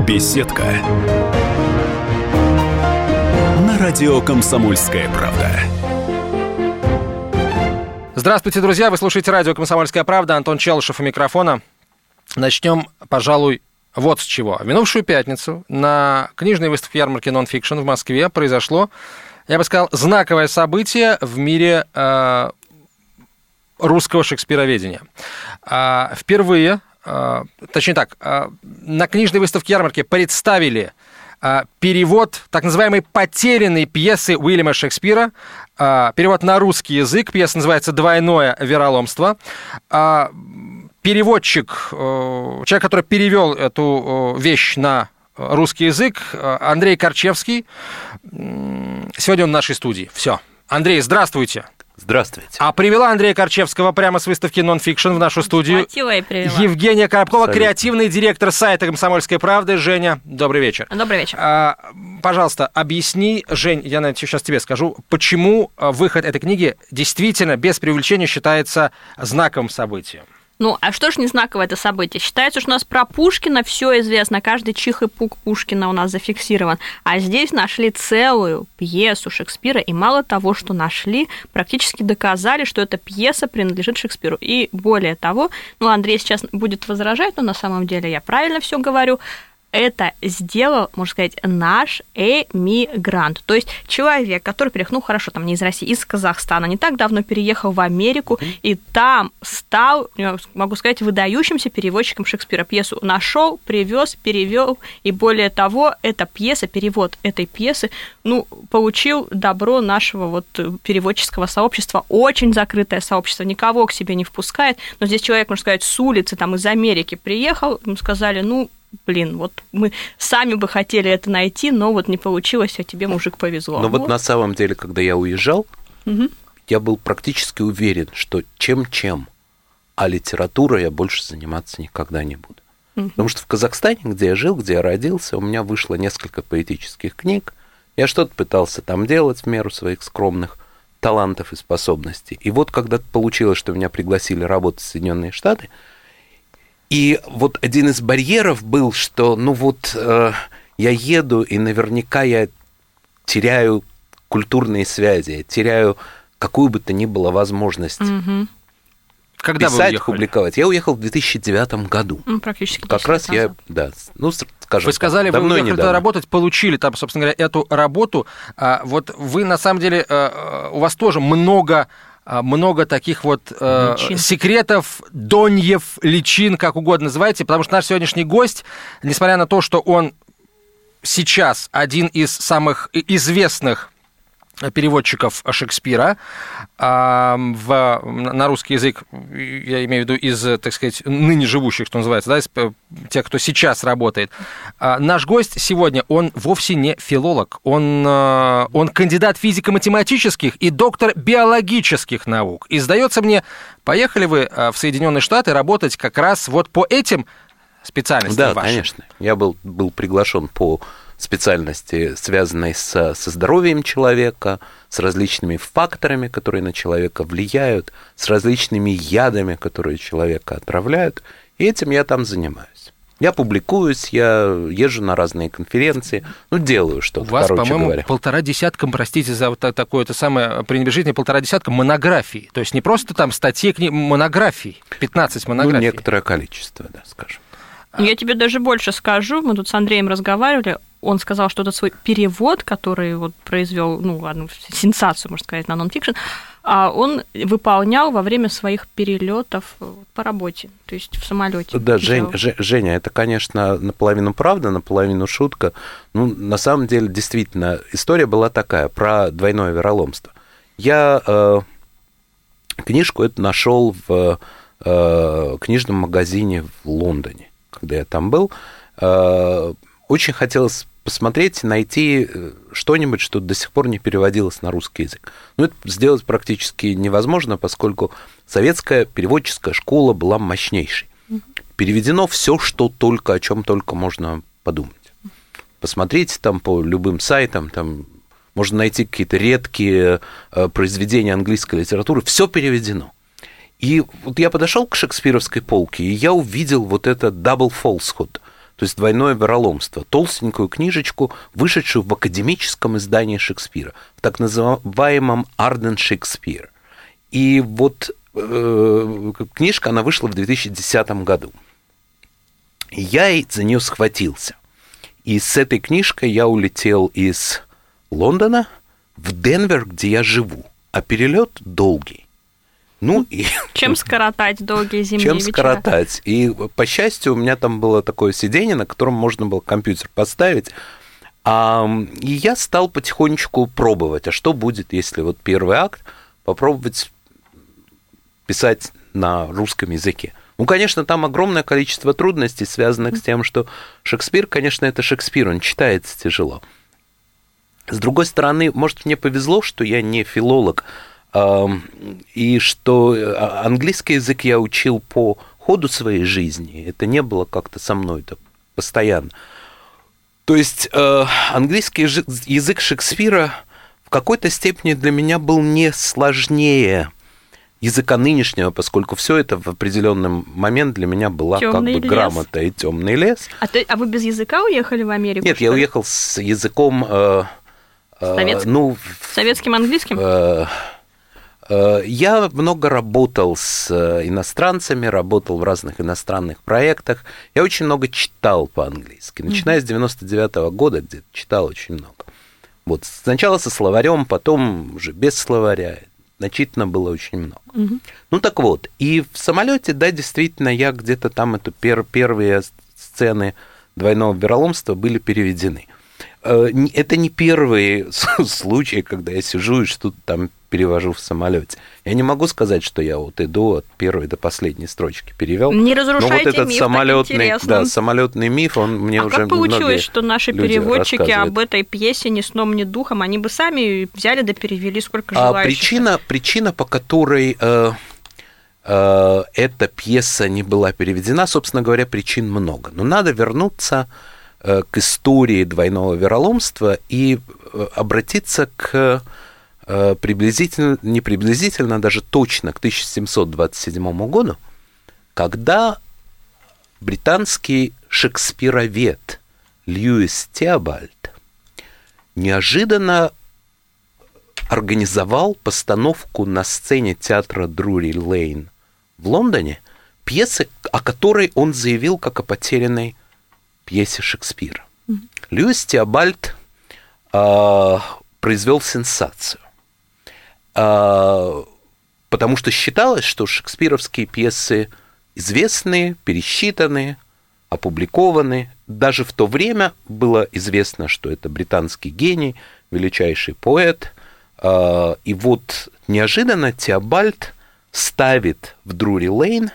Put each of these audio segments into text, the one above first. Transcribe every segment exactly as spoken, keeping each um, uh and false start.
Беседка. На радио «Комсомольская правда». Здравствуйте, друзья! Вы слушаете радио «Комсомольская правда». Антон Челышев у микрофона. Начнем, пожалуй, вот с чего. В минувшую пятницу на книжной выставке ярмарки «Нонфикшн» в Москве произошло, я бы сказал, знаковое событие в мире э, русского шекспироведения. Э, впервые, э, точнее так, э, на книжной выставке ярмарки представили э, перевод так называемой потерянной пьесы Уильяма Шекспира, э, перевод на русский язык. Пьеса называется «Двойное вероломство». Э, переводчик, э, человек, который перевел эту э, вещь на русский язык, Андрей Корчевский. Сегодня он в нашей студии. Все. Андрей, здравствуйте. Здравствуйте. А привела Андрея Корчевского прямо с выставки «Нонфикшн» в нашу студию Евгения Коробкова, Салют. Креативный директор сайта «Комсомольской правды». Женя, добрый вечер. Добрый вечер. А, пожалуйста, объясни, Жень, я, наверное, сейчас тебе скажу, почему выход этой книги действительно, без преувеличения, считается знаковым событием. Ну, а что ж не знаковое это событие? Считается, что у нас про Пушкина все известно, каждый чих и пук Пушкина у нас зафиксирован. А здесь нашли целую пьесу Шекспира, и мало того, что нашли, практически доказали, что эта пьеса принадлежит Шекспиру. И более того, ну, Андрей сейчас будет возражать, но на самом деле я правильно все говорю, это сделал, можно сказать, наш эмигрант. То есть человек, который переехал, ну хорошо, там не из России, из Казахстана, не так давно переехал в Америку, и там стал, могу сказать, выдающимся переводчиком Шекспира. Пьесу нашел, привез, перевел, и более того, эта пьеса, перевод этой пьесы, ну, получил добро нашего вот переводческого сообщества, очень закрытое сообщество, никого к себе не впускает, но здесь человек, можно сказать, с улицы, там, из Америки приехал, ему сказали, ну, блин, вот мы сами бы хотели это найти, но вот не получилось, а тебе, мужик, повезло. Но вот, вот на самом деле, когда я уезжал, угу. я был практически уверен, что чем-чем, а литературой я больше заниматься никогда не буду. Угу. Потому что в Казахстане, где я жил, где я родился, у меня вышло несколько поэтических книг, я что-то пытался там делать в меру своих скромных талантов и способностей. И вот когда получилось, что меня пригласили работать в Соединенные Штаты, и вот один из барьеров был, что, ну вот, э, я еду, и наверняка я теряю культурные связи, я теряю какую бы то ни было возможность угу. Когда писать, вы уехали? Публиковать. Я уехал в две тысячи девятом году. Ну, практически как раз я, да, ну, скажем Вы сказали, так, вы уехали недавно. туда работать, получили там, собственно говоря, эту работу. А вот вы, на самом деле, у вас тоже много... много таких вот э, секретов, доньев, личин, как угодно называйте, потому что наш сегодняшний гость, несмотря на то, что он сейчас один из самых известных переводчиков Шекспира э, в, на русский язык, я имею в виду из, так сказать, ныне живущих, что называется, да, из тех, кто сейчас работает. Э, наш гость сегодня, он вовсе не филолог, он, э, он кандидат физико-математических и доктор биологических наук. И, сдается мне, поехали вы в Соединенные Штаты работать как раз вот по этим специальностям Да, вашим. конечно. Я был, был приглашен по специальности, связанной со, со здоровьем человека, с различными факторами, которые на человека влияют, с различными ядами, которые человека отравляют, и этим я там занимаюсь. Я публикуюсь, я езжу на разные конференции, ну, делаю что-то, У вас, короче по-моему, говоря. полтора десятка, простите за вот такое-то самое пренебрежительное, полтора десятка монографий. То есть не просто там статьи, книги, монографий, пятнадцать монографий. Ну, некоторое количество, да, скажем. Я тебе даже больше скажу, мы тут с Андреем разговаривали, он сказал, что этот свой перевод, который вот произвел, ну, одну сенсацию, можно сказать, на нонфикшн, он выполнял во время своих перелетов по работе, то есть в самолете. Да, Жень, Женя, это, конечно, наполовину правда, наполовину шутка. Ну, на самом деле, действительно, история была такая, про двойное вероломство. Я э, книжку эту нашел в э, книжном магазине в Лондоне, когда я там был. Э, очень хотелось посмотреть, найти что-нибудь, что до сих пор не переводилось на русский язык. Но это сделать практически невозможно, поскольку советская переводческая школа была мощнейшей. Переведено все, что только, о чем только можно подумать. Посмотрите там по любым сайтам, там можно найти какие-то редкие произведения английской литературы, все переведено. И вот я подошел к шекспировской полке, и я увидел вот это double falsehood, то есть «Двойное вероломство», толстенькую книжечку, вышедшую в академическом издании Шекспира, в так называемом «Арден Шекспир». И вот э, книжка, она вышла в две тысячи десятом году. И я за нее схватился. И с этой книжкой я улетел из Лондона в Денвер, где я живу. А перелет долгий. Ну, и... Чем скоротать долгие зимние Чем вечера? скоротать. И, по счастью, у меня там было такое сиденье, на котором можно было компьютер поставить. А, и я стал потихонечку пробовать. А что будет, если вот первый акт попробовать писать на русском языке? Ну, конечно, там огромное количество трудностей, связанных с тем, что Шекспир, конечно, это Шекспир, он читается тяжело. С другой стороны, может, мне повезло, что я не филолог, и что английский язык я учил по ходу своей жизни. Это не было как-то со мной так постоянно. То есть английский язык Шекспира в какой-то степени для меня был не сложнее языка нынешнего, поскольку все это в определенный момент для меня была Тёмный как бы лес. Грамота и темный лес. А, ты, а вы без языка уехали в Америку? Нет, я ли? уехал с языком... Э, э, Советским? ну, Советским английским? Э, э, я много работал с иностранцами, работал в разных иностранных проектах. Я очень много читал по-английски. Начиная mm-hmm. с девяносто девятого года где-то читал очень много. Вот сначала со словарем, потом уже без словаря. Значительно было очень много. Угу. Ну так вот, и в самолете, да, действительно, я где-то там эту пер- первые сцены двойного вероломства были переведены. Это не первый случай, когда я сижу и что-то там перевожу в самолете. Я не могу сказать, что я вот иду от первой до последней строчки перевел. Не разрушайте но вот этот миф, самолетный, да, самолетный миф, он мне а уже как получилось, что наши переводчики рассказывают. об этой пьесе ни сном, ни духом, они бы сами взяли да перевели сколько а желающих? Причина, причина, по которой э, э, эта пьеса не была переведена, собственно говоря, причин много. Но надо вернуться э, к истории двойного вероломства и э, обратиться к э, приблизительно, не приблизительно, даже точно к тысяча семьсот двадцать седьмому году, когда британский шекспировед Льюис Теобальд неожиданно организовал постановку на сцене театра Друри-Лейн в Лондоне пьесы, о которой он заявил как о потерянной пьесе Шекспира. Mm-hmm. Льюис Теобальд э, произвел сенсацию, э, потому что считалось, что шекспировские пьесы известные, пересчитанные, опубликованы. Даже в то время было известно, что это британский гений, величайший поэт. И вот неожиданно Теобальд ставит в Друри-Лейн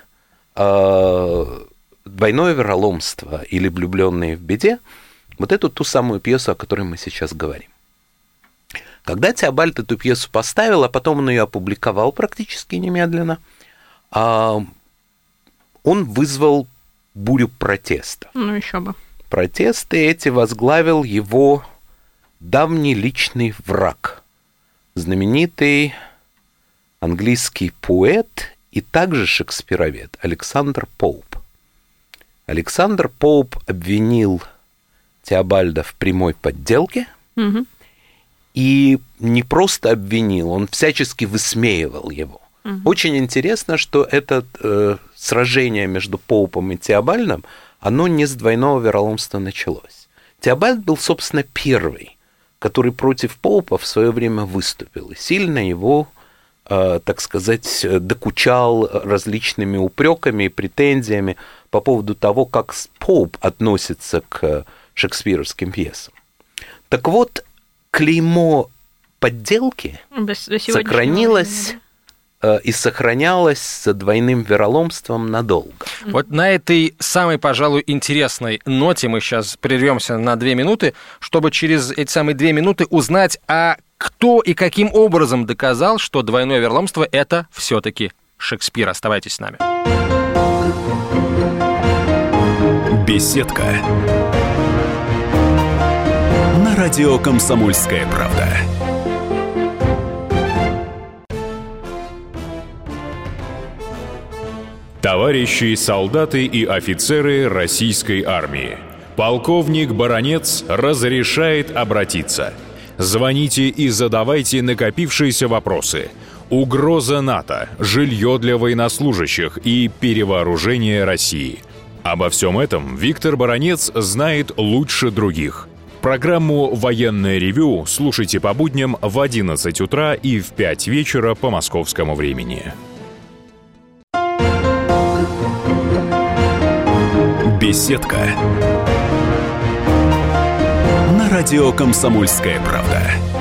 «Двойное вероломство» или «Влюбленные в беде», вот эту ту самую пьесу, о которой мы сейчас говорим. Когда Теобальд эту пьесу поставил, а потом он ее опубликовал практически немедленно, он вызвал бурю протестов. Ну, еще бы. Протесты эти возглавил его давний личный враг, знаменитый английский поэт и также шекспировед Александр Поуп. Александр Поуп обвинил Теобальда в прямой подделке, угу. и не просто обвинил, он всячески высмеивал его. Угу. Очень интересно, что это э, сражение между Поупом и Теобальдом, оно не с двойного вероломства началось. Теобальд был, собственно, первый, который против Поупа в свое время выступил, и сильно его, э, так сказать, докучал различными упреками и претензиями по поводу того, как Поуп относится к шекспировским пьесам. Так вот, клеймо подделки сохранилось и сохранялось за двойным вероломством надолго. Вот на этой самой, пожалуй, интересной ноте мы сейчас прервемся на две минуты, чтобы через эти самые две минуты узнать, а кто и каким образом доказал, что двойное вероломство – это все-таки Шекспир. Оставайтесь с нами. Беседка. На радио «Комсомольская правда». Товарищи солдаты и офицеры российской армии, Полковник Баранец разрешает обратиться. Звоните и задавайте накопившиеся вопросы. Угроза НАТО, жилье для военнослужащих и перевооружение России. Обо всем этом Виктор Баранец знает лучше других. Программу «Военное ревю» слушайте по будням в одиннадцать утра и в пять вечера по московскому времени. Беседка. На радио «Комсомольская правда».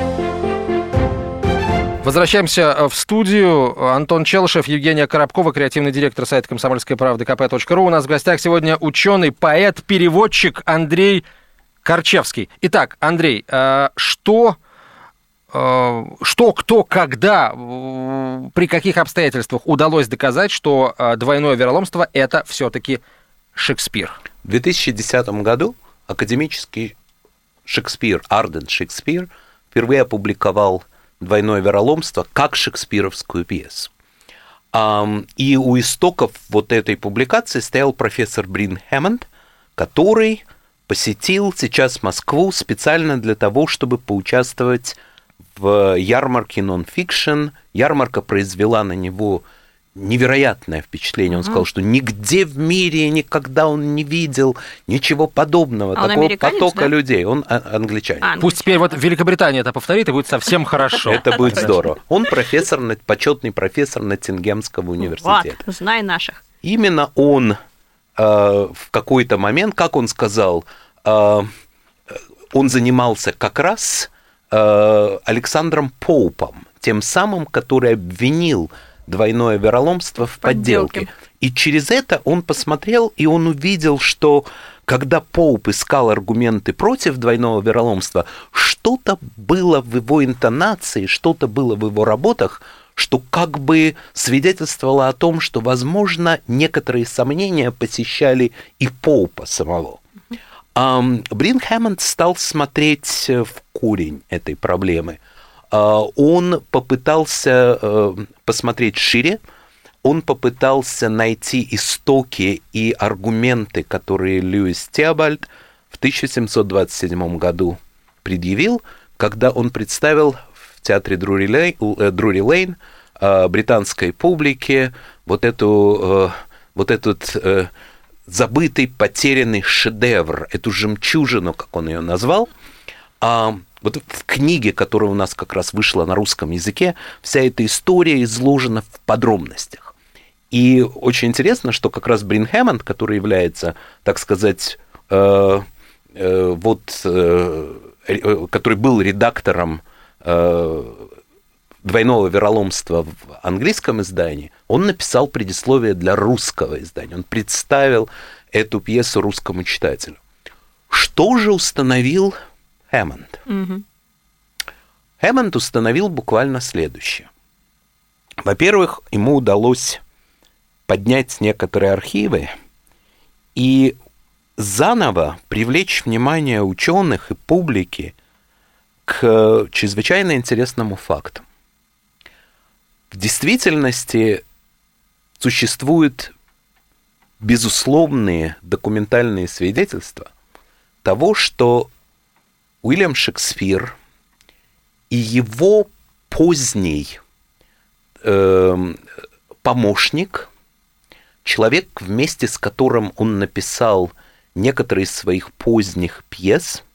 Возвращаемся в студию. Антон Челышев, Евгения Коробкова, креативный директор сайта комсомольская правда ка пэ точка ру. У нас в гостях сегодня ученый, поэт, переводчик Андрей Корчевский. Итак, Андрей, что, что, кто, когда, при каких обстоятельствах удалось доказать, что двойное вероломство – это все-таки Шекспир? В две тысячи десятом году академический Шекспир, Арден Шекспир, впервые опубликовал «Двойное вероломство» как шекспировскую пьесу. И у истоков вот этой публикации стоял профессор Брин Хэммонд, который посетил сейчас Москву специально для того, чтобы поучаствовать в ярмарке нон-фикшн. Ярмарка произвела на него невероятное впечатление. Он сказал, что нигде в мире никогда он не видел ничего подобного, а такого потока да? людей. Он англичанин. А, Пусть теперь вот Великобритания это повторит, и будет совсем хорошо. Это будет здорово. Он профессор, почетный профессор Ноттингемского университета. Вот, знай наших. Именно он в какой-то момент, как он сказал, он занимался как раз Александром Поупом, тем самым, который обвинил двойное вероломство в подделке. Подделки. И через это он посмотрел, и он увидел, что когда Поуп искал аргументы против двойного вероломства, что-то было в его интонации, что-то было в его работах, что как бы свидетельствовало о том, что, возможно, некоторые сомнения посещали и Поупа самого. Брин Хэммонд стал смотреть в корень этой проблемы. Он попытался посмотреть шире, он попытался найти истоки и аргументы, которые Льюис Теобальд в тысяча семьсот двадцать седьмом году предъявил, когда он представил в театре Друри Лейн британской публике вот, эту, вот этот забытый, потерянный шедевр, эту жемчужину, как он ее назвал. Вот в книге, которая у нас как раз вышла на русском языке, вся эта история изложена в подробностях. И очень интересно, что как раз Брин Хэммонд, который является, так сказать, э, э, вот, э, который был редактором э, «Двойного вероломства» в английском издании, он написал предисловие для русского издания. Он представил эту пьесу русскому читателю. Что же установил Хэммонд? Угу. Хэммонд установил буквально следующее. Во-первых, ему удалось поднять некоторые архивы и заново привлечь внимание ученых и публики к чрезвычайно интересному факту. В действительности существуют безусловные документальные свидетельства того, что Уильям Шекспир и его поздний э, помощник, человек, вместе с которым он написал некоторые из своих поздних пьес,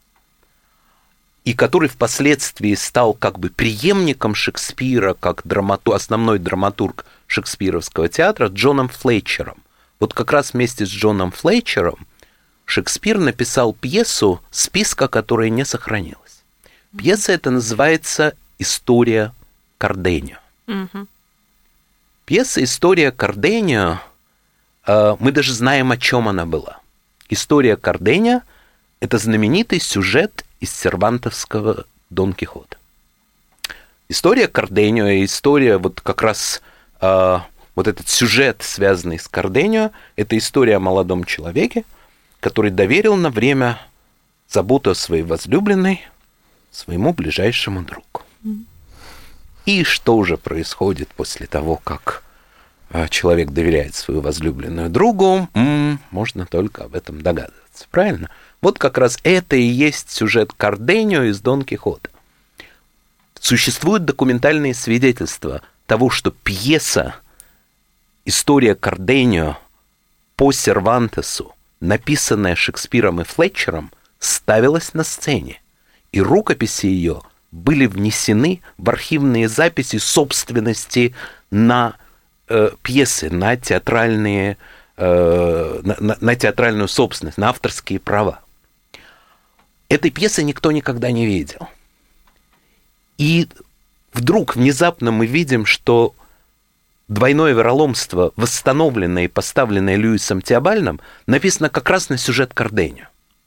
и который впоследствии стал как бы преемником Шекспира, как драмату, основной драматург шекспировского театра, Джоном Флетчером. Вот как раз вместе с Джоном Флетчером Шекспир написал пьесу, списка которой не сохранилось. Пьеса эта называется «История Карденио». Угу. Пьеса «История Карденио», мы даже знаем, о чем она была. «История Карденио» — это знаменитый сюжет из сервантовского Дон Кихота. История Карденио и история, вот как раз вот этот сюжет, связанный с Карденио, это история о молодом человеке, который доверил на время заботу о своей возлюбленной своему ближайшему другу. И что же происходит после того, как человек доверяет свою возлюбленную другу, м-м, можно только об этом догадываться. Правильно? Вот как раз это и есть сюжет Карденио из Дон Кихота. Существуют документальные свидетельства того, что пьеса «История Карденио» по Сервантесу, написанная Шекспиром и Флетчером, ставилась на сцене, и рукописи ее были внесены в архивные записи собственности на э, пьесы, на театральные, э, на, на, на театральную собственность, на авторские права. Этой пьесы никто никогда не видел. И вдруг внезапно мы видим, что «Двойное вероломство», восстановленное и поставленное Льюисом Теобальдом, написано как раз на сюжет Карденио.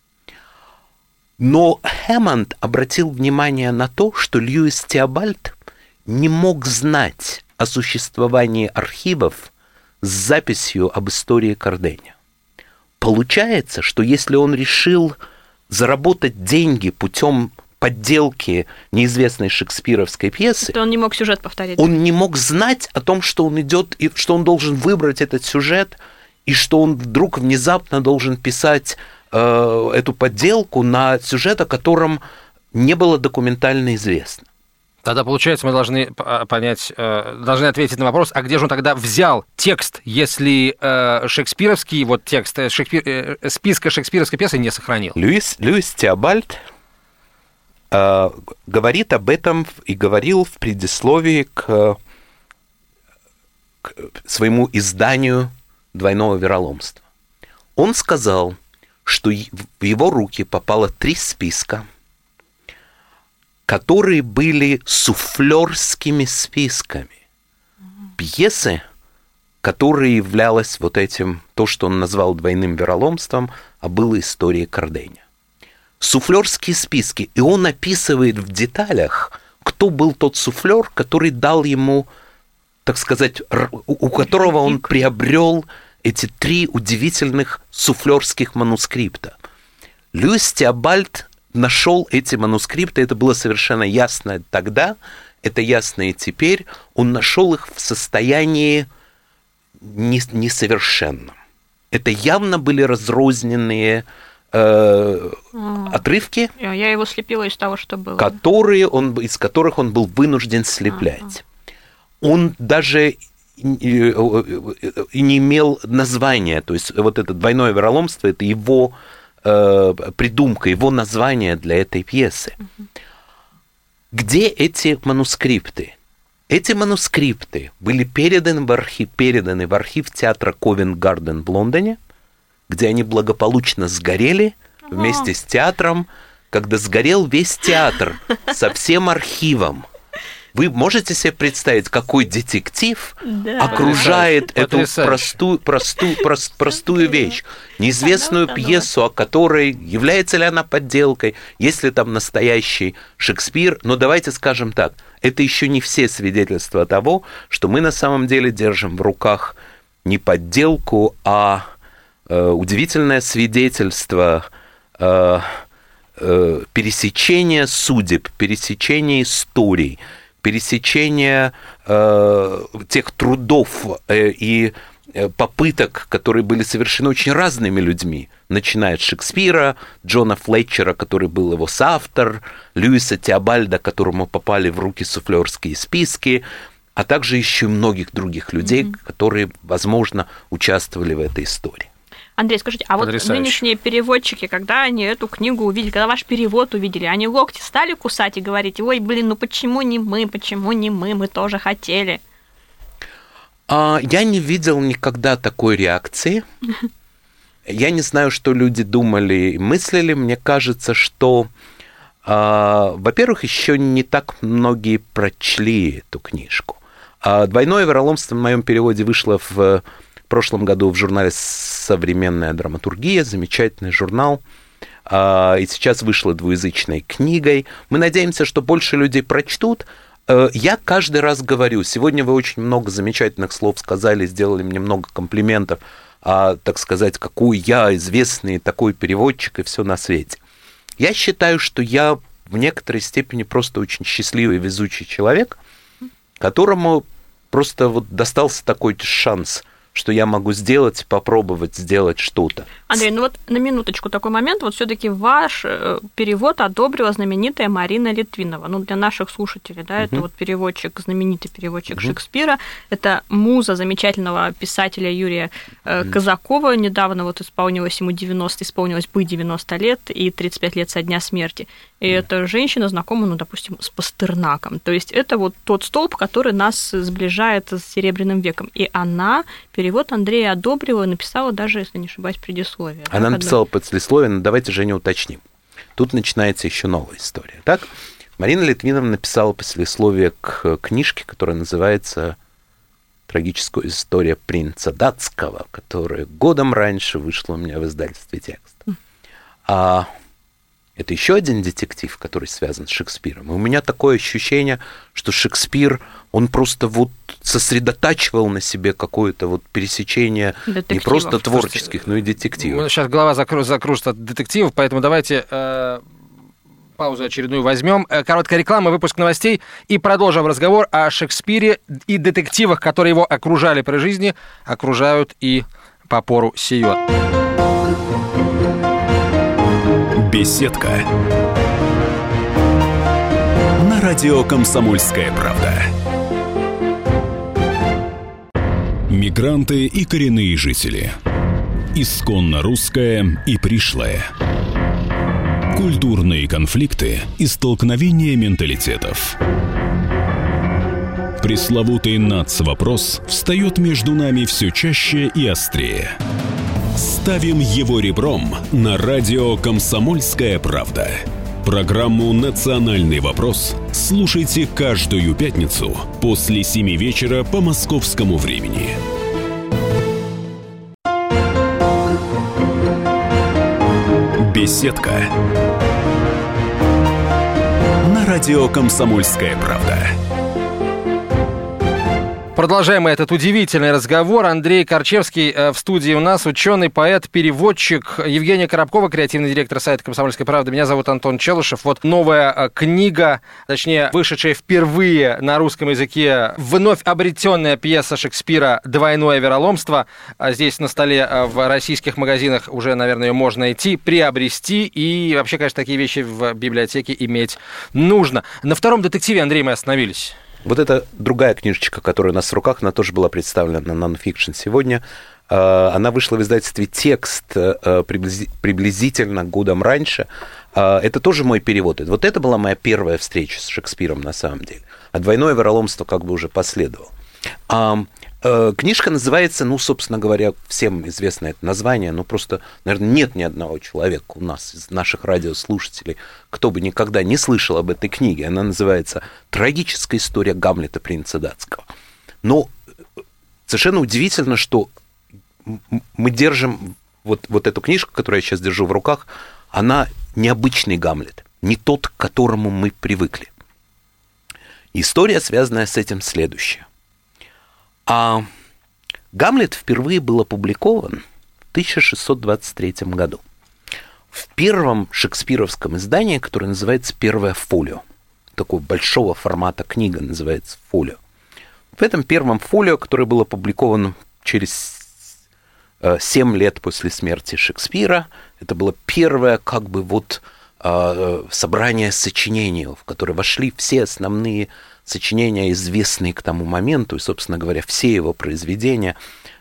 Но Хэммонд обратил внимание на то, что Льюис Теобальд не мог знать о существовании архивов с записью об истории Карденио. Получается, что если он решил заработать деньги путем подделки неизвестной шекспировской пьесы, то он не мог сюжет повторить. Он не мог знать о том, что он идет, и что он должен выбрать этот сюжет, и что он вдруг внезапно должен писать э, эту подделку на сюжет, о котором не было документально известно. Тогда, получается, мы должны понять, должны ответить на вопрос, а где же он тогда взял текст, если шекспировский вот текст Шекспир, списка шекспировской пьесы не сохранил? Льюис, Льюис Теобальд э, говорит об этом и говорил в предисловии к, к своему изданию «Двойного вероломства». Он сказал, что в его руки попало три списка, которые были суфлерскими списками. Пьесы, которая являлась вот этим, то, что он назвал двойным вероломством, а было историей Карденио. Суфлерские списки. И он описывает в деталях, кто был тот суфлер, который дал ему, так сказать, у которого он приобрел эти три удивительных суфлерских манускрипта. Льюис Теобальд нашел эти манускрипты, это было совершенно ясно тогда, это ясно и теперь, он нашел их в состоянии несовершенном. Это явно были разрозненные э, отрывки, я его слепила из того, что было. Которые он, из которых он был вынужден слеплять. Он даже и не имел названия, то есть вот это «Двойное вероломство» — это его придумка, его название для этой пьесы. Uh-huh. Где эти манускрипты? Эти манускрипты были переданы в архив, переданы в архив театра Ковент-Гарден в Лондоне, где они благополучно сгорели uh-huh. вместе с театром, когда сгорел весь театр со всем архивом. Вы можете себе представить, какой детектив да. окружает Потрясающе. эту простую, простую, прост, простую вещь, неизвестную пьесу, о которой, является ли она подделкой, есть ли там настоящий Шекспир. Но давайте скажем так, это еще не все свидетельства того, что мы на самом деле держим в руках не подделку, а э, удивительное свидетельство э, э, пересечения судеб, пересечения историй, пересечение э, тех трудов э, и попыток, которые были совершены очень разными людьми, начиная от Шекспира, Джона Флетчера, который был его соавтор, Льюиса Теобальда, которому попали в руки суфлерские списки, а также еще и многих других людей, mm-hmm. которые, возможно, участвовали в этой истории. Андрей, скажите, а Потрясающе. Вот нынешние переводчики, когда они эту книгу увидели, когда ваш перевод увидели, они локти стали кусать и говорить: ой, блин, ну почему не мы, почему не мы, мы тоже хотели? А, я не видел никогда такой реакции. Я не знаю, что люди думали и мыслили. Мне кажется, что, а, во-первых, еще не так многие прочли эту книжку. А «Двойное вероломство» в моем переводе вышло в В прошлом году в журнале «Современная драматургия», замечательный журнал, и сейчас вышла двуязычной книгой. Мы надеемся, что больше людей прочтут. Я каждый раз говорю, сегодня вы очень много замечательных слов сказали, сделали мне много комплиментов, а, так сказать, какой я известный такой переводчик и все на свете. Я считаю, что я в некоторой степени просто очень счастливый, везучий человек, которому просто вот достался такой шанс, что я могу сделать, попробовать сделать что-то. Андрей, ну вот на минуточку такой момент. Вот все-таки ваш перевод одобрила знаменитая Марина Литвинова. Ну, для наших слушателей, да, uh-huh. это вот переводчик, знаменитый переводчик uh-huh. Шекспира. Это муза замечательного писателя Юрия uh-huh. Казакова. Недавно вот исполнилось ему девяносто, исполнилось бы девяносто лет и тридцать пять лет со дня смерти. И uh-huh. эта женщина знакома, ну, допустим, с Пастернаком. То есть это вот тот столб, который нас сближает с Серебряным веком. И она перевод Андрея одобрила и написала даже, если не ошибаюсь, предисловие. Она да, написала предисловие, но давайте, Женя, уточним. Тут начинается еще новая история. Так, Марина Литвинова написала послесловие к книжке, которая называется «Трагическая история принца датского», которая годом раньше вышла у меня в издательстве «Текст». А это еще один детектив, который связан с Шекспиром. И у меня такое ощущение, что Шекспир, он просто вот сосредотачивал на себе какое-то вот пересечение детективов. Не просто творческих, но и детективов. Сейчас голова закружится от детективов, поэтому давайте э, паузу очередную возьмем. Короткая реклама, выпуск новостей, и продолжим разговор о Шекспире и детективах, которые его окружали при жизни, окружают и по пору сию. Беседка. На радио «Комсомольская правда». Мигранты и коренные жители. Исконно русское и пришлое. Культурные конфликты и столкновения менталитетов. Пресловутый нацвопрос встает между нами все чаще и острее. Ставим его ребром на радио «Комсомольская правда». Программу «Национальный вопрос» слушайте каждую пятницу после семи вечера по московскому времени. Беседка. На радио «Комсомольская правда». Продолжаем этот удивительный разговор. Андрей Корчевский в студии у нас, ученый, поэт, переводчик. Евгения Коробкова, креативный директор сайта «Комсомольская правда». Меня зовут Антон Челышев. Вот новая книга, точнее, вышедшая впервые на русском языке, вновь обретенная пьеса Шекспира «Двойное вероломство». Здесь на столе в российских магазинах уже, наверное, ее можно найти, приобрести. И вообще, конечно, такие вещи в библиотеке иметь нужно. На втором детективе, Андрей, мы остановились. Вот это другая книжечка, которая у нас в руках, она тоже была представлена на Non-Fiction сегодня. Она вышла в издательстве «Текст» приблизительно годом раньше. Это тоже мой перевод. Вот это была моя первая встреча с Шекспиром на самом деле. А «Двойное вероломство» как бы уже последовало. Книжка называется, ну, собственно говоря, всем известно это название, но просто, наверное, нет ни одного человека у нас, из наших радиослушателей, кто бы никогда не слышал об этой книге. Она называется «Трагическая история Гамлета принца датского». Но совершенно удивительно, что мы держим вот, вот эту книжку, которую я сейчас держу в руках, она необычный Гамлет, не тот, к которому мы привыкли. История, связанная с этим, следующая. А Гамлет впервые был опубликован в тысяча шестьсот двадцать третьем году в первом шекспировском издании, которое называется «Первое фолио». Такого большого формата книга называется «Фолио». В этом первом фолио, которое было опубликовано через семь лет после смерти Шекспира, это было первое как бы вот собрание сочинений, в которое вошли все основные сочинения, известные к тому моменту, и, собственно говоря, все его произведения.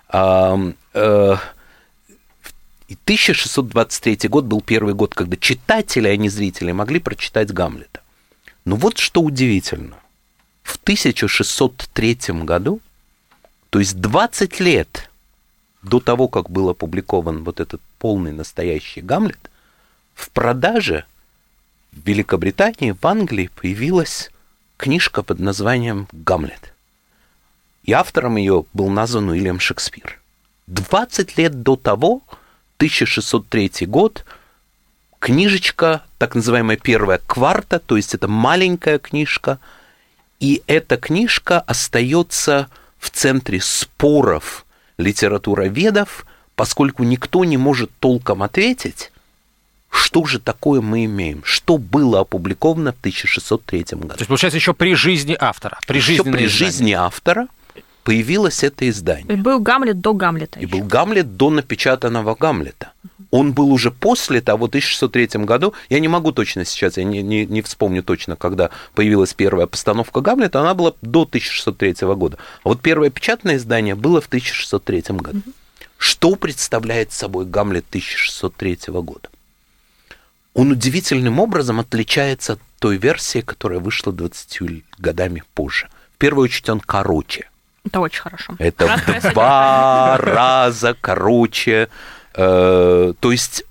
И тысяча шестьсот двадцать третий год был первый год, когда читатели, а не зрители, могли прочитать Гамлета. Но вот что удивительно. В тысяча шестьсот третьем году, то есть двадцать лет до того, как был опубликован вот этот полный настоящий Гамлет, в продаже в Великобритании, в Англии появилась книжка под названием «Гамлет». И автором ее был назван Уильям Шекспир. двадцать лет до того, тысяча шестьсот третий год, книжечка, так называемая первая кварта, то есть это маленькая книжка, и эта книжка остается в центре споров литературоведов, поскольку никто не может толком ответить, что же такое мы имеем, что было опубликовано в тысяча шестьсот третьем году. То есть, получается, еще при жизни автора. При еще при жизни автора появилось это издание. И был Гамлет до Гамлета. И еще. был Гамлет до напечатанного Гамлета. Он был уже после того, в тысяча шестьсот третьем году, я не могу точно сейчас, я не, не, не вспомню точно, когда появилась первая постановка Гамлета, она была до тысяча шестьсот третьего года. А вот первое печатное издание было в тысяча шестьсот третьем году. Mm-hmm. Что представляет собой Гамлет тысяча шестьсот третьего года? Он удивительным образом отличается от той версии, которая вышла двадцатью годами позже. В первую очередь он короче. Это очень хорошо. Это в два раза короче. То есть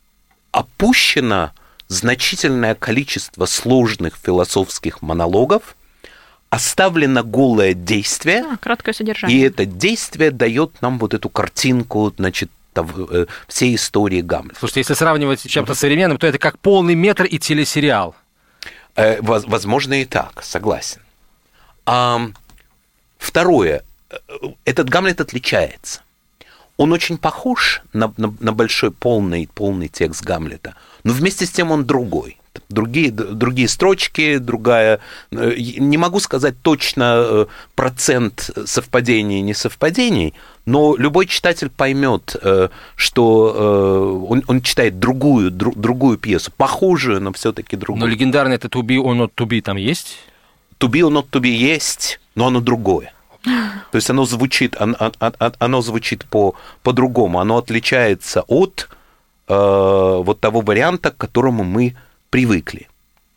опущено значительное количество сложных философских монологов, оставлено голое действие, а, краткое содержание. И это действие дает нам вот эту картинку, значит, всей истории Гамлета. Слушайте, если сравнивать с чем-то современным, то это как полный метр и телесериал. Возможно, и так, согласен. А второе. Этот Гамлет отличается. Он очень похож на, на, на большой полный, полный текст Гамлета, но вместе с тем он другой. Другие, другие строчки, другая... Не могу сказать точно процент совпадений и несовпадений, но любой читатель поймет, что он, он читает другую, друг, другую пьесу, похожую, но все-таки другую. Но легендарный это «To be or not to be» там есть? «To be or not to be» есть, но оно другое. То есть оно звучит, оно, оно звучит по, по-другому, оно отличается от э, вот того варианта, к которому мы привыкли.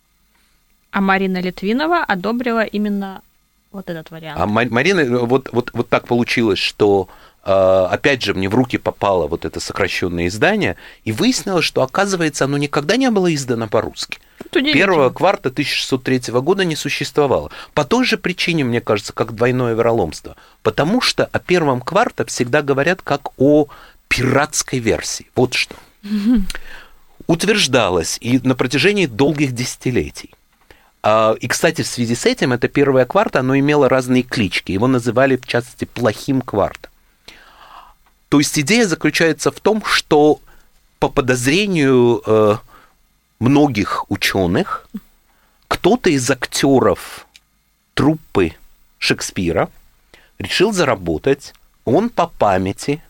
А Марина Литвинова одобрила именно вот этот вариант. А Марина, вот, вот, вот так получилось, что э, опять же мне в руки попало вот это сокращенное издание, и выяснилось, что, оказывается, оно никогда не было издано по-русски. Первого кварта тысяча шестьсот третьего года не существовало. По той же причине, мне кажется, как двойное вероломство. Потому что о первом кварте всегда говорят как о пиратской версии. Вот что. Утверждалось и на протяжении долгих десятилетий. И, кстати, в связи с этим это первое кварта, оно имело разные клички. Его называли, в частности, плохим квартом. То есть идея заключается в том, что по подозрению многих ученых, кто-то из актеров труппы Шекспира решил заработать, он по памяти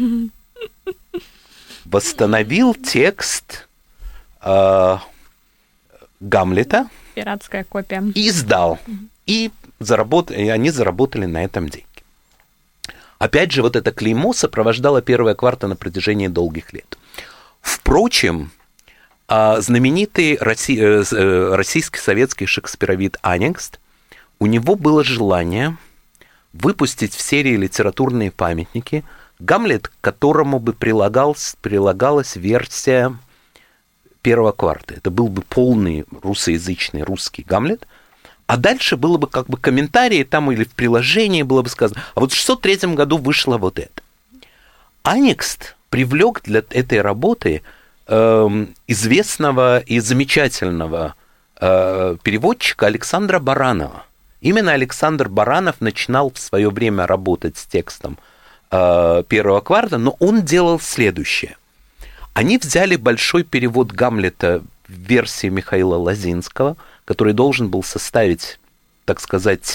восстановил текст э, Гамлета. Пиратская копия. И издал. И, заработ... и они заработали на этом деньги. Опять же, вот это клеймо сопровождало первая кварта на протяжении долгих лет. Впрочем, знаменитый российский советский шекспировед Аникст, у него было желание выпустить в серии «Литературные памятники» Гамлет, к которому бы прилагалась, прилагалась версия первого кварта. Это был бы полный русскоязычный русский Гамлет, а дальше было бы как бы комментарии там или в приложении было бы сказано, а вот в шестьсот третьем году вышло вот это. Аникст привлек для этой работы известного и замечательного переводчика Александра Баранова. Именно Александр Баранов начинал в свое время работать с текстом первого кварта, но он делал следующее. Они взяли большой перевод Гамлета в версии Михаила Лозинского, который должен был составить, так сказать,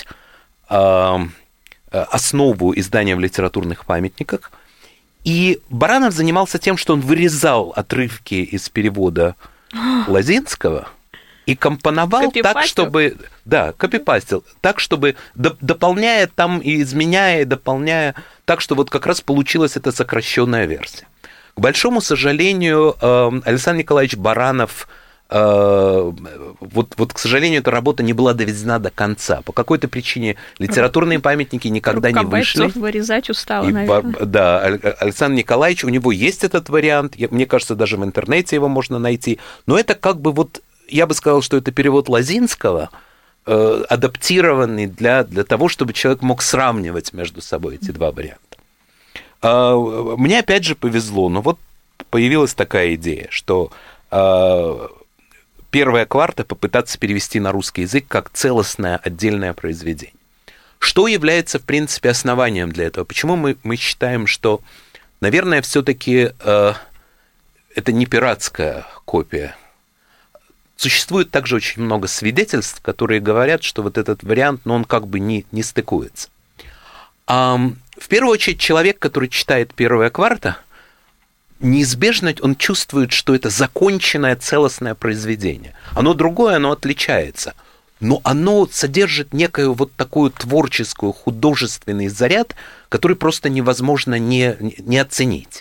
основу издания в литературных памятниках. И Баранов занимался тем, что он вырезал отрывки из перевода Лозинского и компоновал так, чтобы... Да, копипастил. Так, чтобы, дополняя там и изменяя, и дополняя, так, что вот как раз получилась эта сокращенная версия. К большому сожалению, Александр Николаевич Баранов... Вот, вот, к сожалению, эта работа не была доведена до конца. По какой-то причине литературные памятники никогда не вышли. Бойцов вырезать устало, и, наверное. Да, Александр Николаевич, у него есть этот вариант, мне кажется, даже в интернете его можно найти, но это как бы вот, я бы сказал, что это перевод Лозинского, э, адаптированный для, для того, чтобы человек мог сравнивать между собой эти два варианта. Э, мне опять же повезло, но вот появилась такая идея, что... Э, Первая кварта попытаться перевести на русский язык как целостное отдельное произведение. Что является, в принципе, основанием для этого? Почему мы, мы считаем, что, наверное, все-таки э, это не пиратская копия? Существует также очень много свидетельств, которые говорят, что вот этот вариант, ну, он как бы не, не стыкуется. В первую очередь, человек, который читает первая кварта, неизбежно он чувствует, что это законченное целостное произведение. Оно другое, оно отличается. Но оно содержит некую вот такую творческую, художественный заряд, который просто невозможно не, не оценить.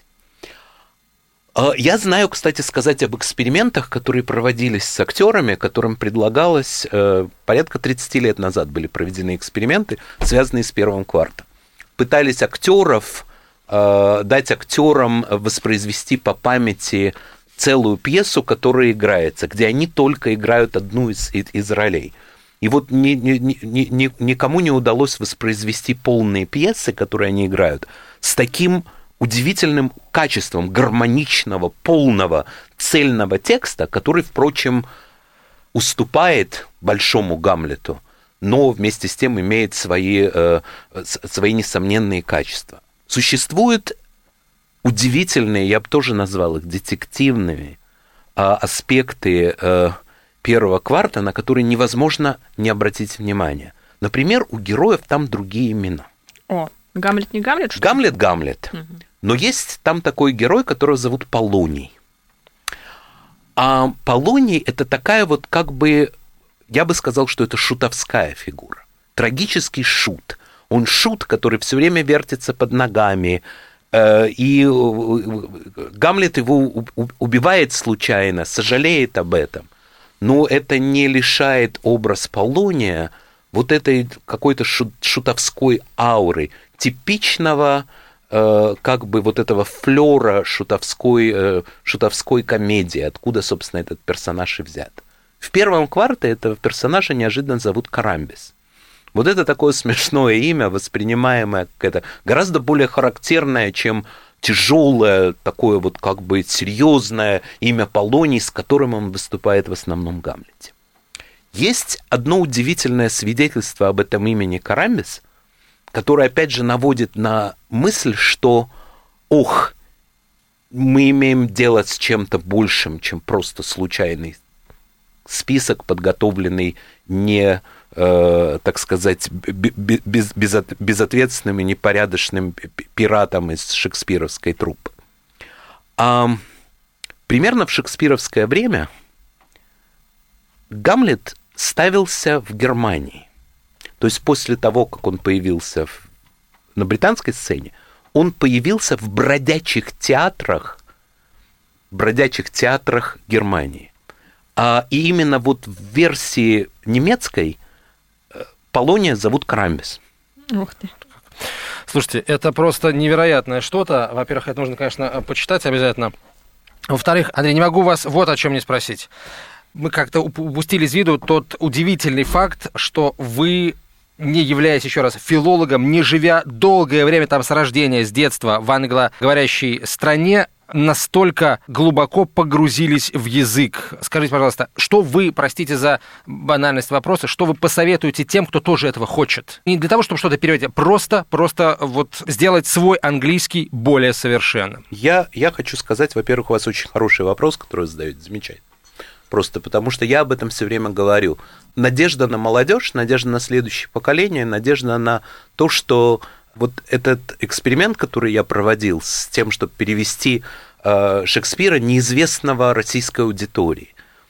Я знаю, кстати, сказать об экспериментах, которые проводились с актерами, которым предлагалось, порядка тридцать лет назад были проведены эксперименты, связанные с первым квартом. Пытались актеров, дать актерам воспроизвести по памяти целую пьесу, которая играется, где они только играют одну из, из ролей. И вот ни, ни, ни, никому не удалось воспроизвести полные пьесы, которые они играют, с таким удивительным качеством гармоничного, полного, цельного текста, который, впрочем, уступает большому Гамлету, но вместе с тем имеет свои, э, свои несомненные качества. Существуют удивительные, я бы тоже назвал их детективными, э, аспекты э, первого кварта, на которые невозможно не обратить внимание. Например, у героев там другие имена. О, Гамлет не Гамлет? Что? Гамлет Гамлет. Угу. Но есть там такой герой, которого зовут Полоний. А Полоний – это такая вот как бы, я бы сказал, что это шутовская фигура. Трагический шут. Он шут, который все время вертится под ногами, и Гамлет его убивает случайно, сожалеет об этом. Но это не лишает образ Полония вот этой какой-то шутовской ауры, типичного как бы вот этого флёра шутовской, шутовской комедии, откуда, собственно, этот персонаж и взят. В первом кварте этого персонажа неожиданно зовут Карамбис. Вот это такое смешное имя, воспринимаемое как это, гораздо более характерное, чем тяжелое, такое вот как бы серьезное имя Полоний, с которым он выступает в основном в Гамлете. Есть одно удивительное свидетельство об этом имени Карамбис, которое, опять же, наводит на мысль, что, ох, мы имеем дело с чем-то большим, чем просто случайный список, подготовленный не, э, так сказать, без, без, безответственным и непорядочным пиратом из шекспировской труппы. А, примерно в шекспировское время Гамлет ставился в Германии. То есть после того, как он появился в, на британской сцене, он появился в бродячих театрах, бродячих театрах Германии. А, и именно вот в версии немецкой Полония зовут Карамбис. Ух ты. Слушайте, это просто невероятное что-то. Во-первых, это нужно, конечно, почитать обязательно. Во-вторых, Андрей, не могу вас вот о чем не спросить. Мы как-то упустили из виду тот удивительный факт, что вы, не являясь, еще раз, филологом, не живя долгое время там с рождения, с детства в англоговорящей стране, настолько глубоко погрузились в язык. Скажите, пожалуйста, что вы, простите за банальность вопроса, что вы посоветуете тем, кто тоже этого хочет? Не для того, чтобы что-то переводить, а просто, просто вот сделать свой английский более совершенным. Я, я хочу сказать, во-первых, у вас очень хороший вопрос, который вы задаете, замечательно. Просто потому что я об этом все время говорю. Надежда на молодежь, надежда на следующее поколение, надежда на то, что вот этот эксперимент, который я проводил с тем, чтобы перевести э, Шекспира, неизвестного российской аудитории,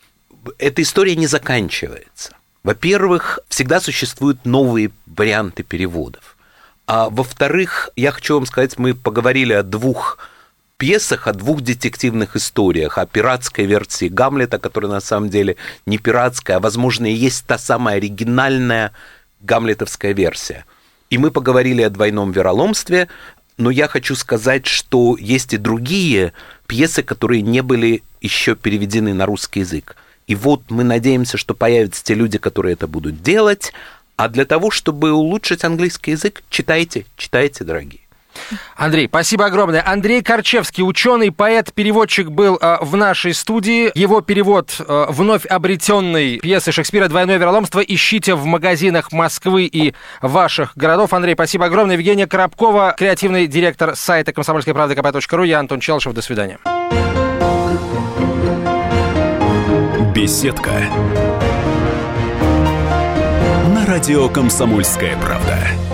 эта история не заканчивается. Во-первых, всегда существуют новые варианты переводов. А во-вторых, я хочу вам сказать, мы поговорили о двух пьесах, о двух детективных историях, о пиратской версии Гамлета, которая на самом деле не пиратская, а, возможно, и есть та самая оригинальная гамлетовская версия. И мы поговорили о двойном вероломстве, но я хочу сказать, что есть и другие пьесы, которые не были еще переведены на русский язык. И вот мы надеемся, что появятся те люди, которые это будут делать, а для того, чтобы улучшить английский язык, читайте, читайте, дорогие. Андрей, спасибо огромное. Андрей Корчевский, ученый, поэт, переводчик, был э, в нашей студии. Его перевод э, вновь обретенной пьесы Шекспира «Двойное вероломство» ищите в магазинах Москвы и ваших городов. Андрей, спасибо огромное. Евгения Коробкова, креативный директор сайта комсомольская правда ка пэ точка ру. Я Антон Челышев. До свидания. Беседка. На радио «Комсомольская правда».